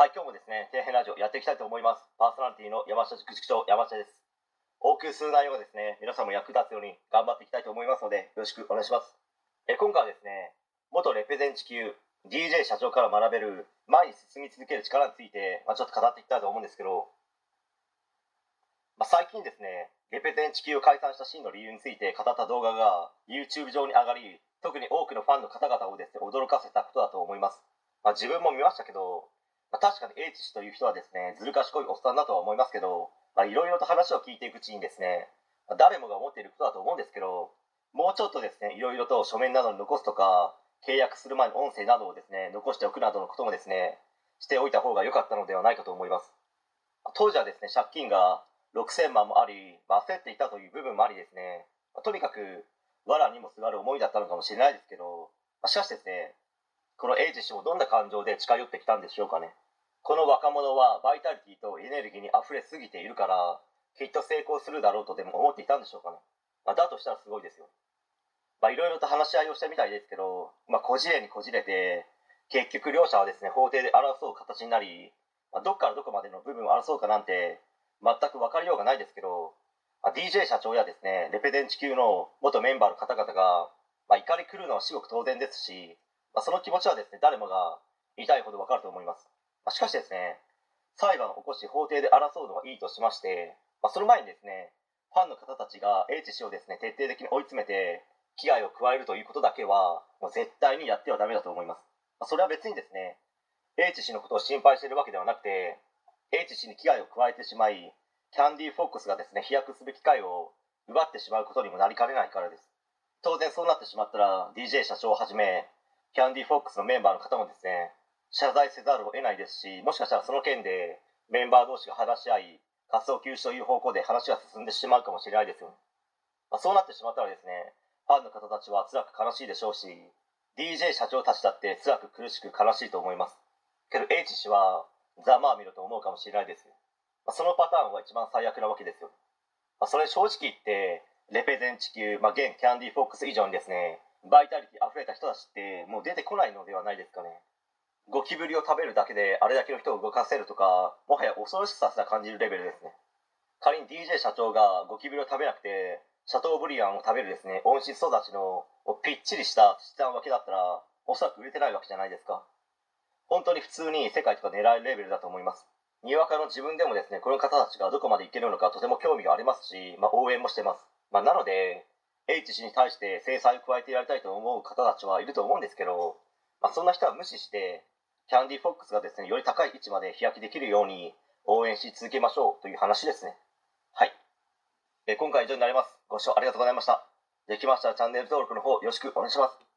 はい、今日もですね、底辺ラジオやっていきたいと思います。パーソナリティの山下塾塾長、山下です。多くする内容がですね、皆さんも役立つように頑張っていきたいと思いますので、よろしくお願いします。今回はですね、元レペゼン地球 DJ 社長から学べる前に進み続ける力について、ちょっと語っていきたいと思うんですけど、最近ですね、レペゼン地球を解散した真の理由について語った動画が YouTube 上に上がり、特に多くのファンの方々をですね、驚かせたことだと思います。自分も見ましたけど、確かに H 氏という人はですね、ずる賢いおっさんだとは思いますけど、いろいろと話を聞いていくうちにですね、誰もが思っていることだと思うんですけど、もうちょっとですね、いろいろと書面などに残すとか、契約する前の音声などをですね、残しておくなどのこともですね、しておいた方が良かったのではないかと思います。当時はですね、借金が6000万もあり、焦っていたという部分もありですね、とにかく、藁にもすがる思いだったのかもしれないですけど、しかしですね、この H 氏もどんな感情で近寄ってきたんでしょうかね。この若者はバイタリティとエネルギーに溢れすぎているから、きっと成功するだろうとでも思っていたんでしょうかね。だとしたらすごいですよ。いろいろと話し合いをしたみたいですけど、こじれにこじれて、結局両者はですね、法廷で争う形になり、どっからどこまでの部分を争うかなんて、全く分かりようがないですけど、DJ 社長やですね、レペゼン地球の元メンバーの方々が、怒り狂うのは至極当然ですし、その気持ちはですね、誰もが痛いほど分かると思います。しかしですね、裁判を起こし法廷で争うのはいいとしまして、その前にですね、ファンの方たちが H 氏をですね、徹底的に追い詰めて、危害を加えるということだけは、もう絶対にやってはダメだと思います。それは別にですね、H 氏のことを心配しているわけではなくて、H 氏に危害を加えてしまい、キャンディーフォックスがですね、飛躍する機会を奪ってしまうことにもなりかねないからです。当然そうなってしまったら、DJ 社長をはじめ、キャンディーフォックスのメンバーの方もですね、謝罪せざるを得ないですし、もしかしたらその件でメンバー同士が話し合い、活動休止という方向で話が進んでしまうかもしれないですよね。そうなってしまったらですね、ファンの方たちは辛く悲しいでしょうし、DJ 社長たちだって辛く苦しく悲しいと思います。けど H 氏はざまあみろと思うかもしれないですよ。そのパターンは一番最悪なわけですよ。それ正直言ってレペゼン地球、現キャンディーフォックス以上にですね、バイタリティ溢れた人たちってもう出てこないのではないですかね。ゴキブリを食べるだけであれだけの人を動かせるとか、もはや恐ろしさすら感じるレベルですね。仮に DJ 社長がゴキブリを食べなくてシャトーブリアンを食べるですね、温室育ちのぴっちりした七段分けだったら、おそらく売れてないわけじゃないですか。本当に普通に世界とか狙えるレベルだと思います。にわかの自分でもですね、この方たちがどこまでいけるのかとても興味がありますし、応援もしてます。なので H 氏に対して制裁を加えてやりたいと思う方たちはいると思うんですけど、そんな人は無視してキャンディーフォックスがですね、より高い位置まで飛躍できるように応援し続けましょうという話ですね。はい。今回は以上になります。ご視聴ありがとうございました。できましたらチャンネル登録の方よろしくお願いします。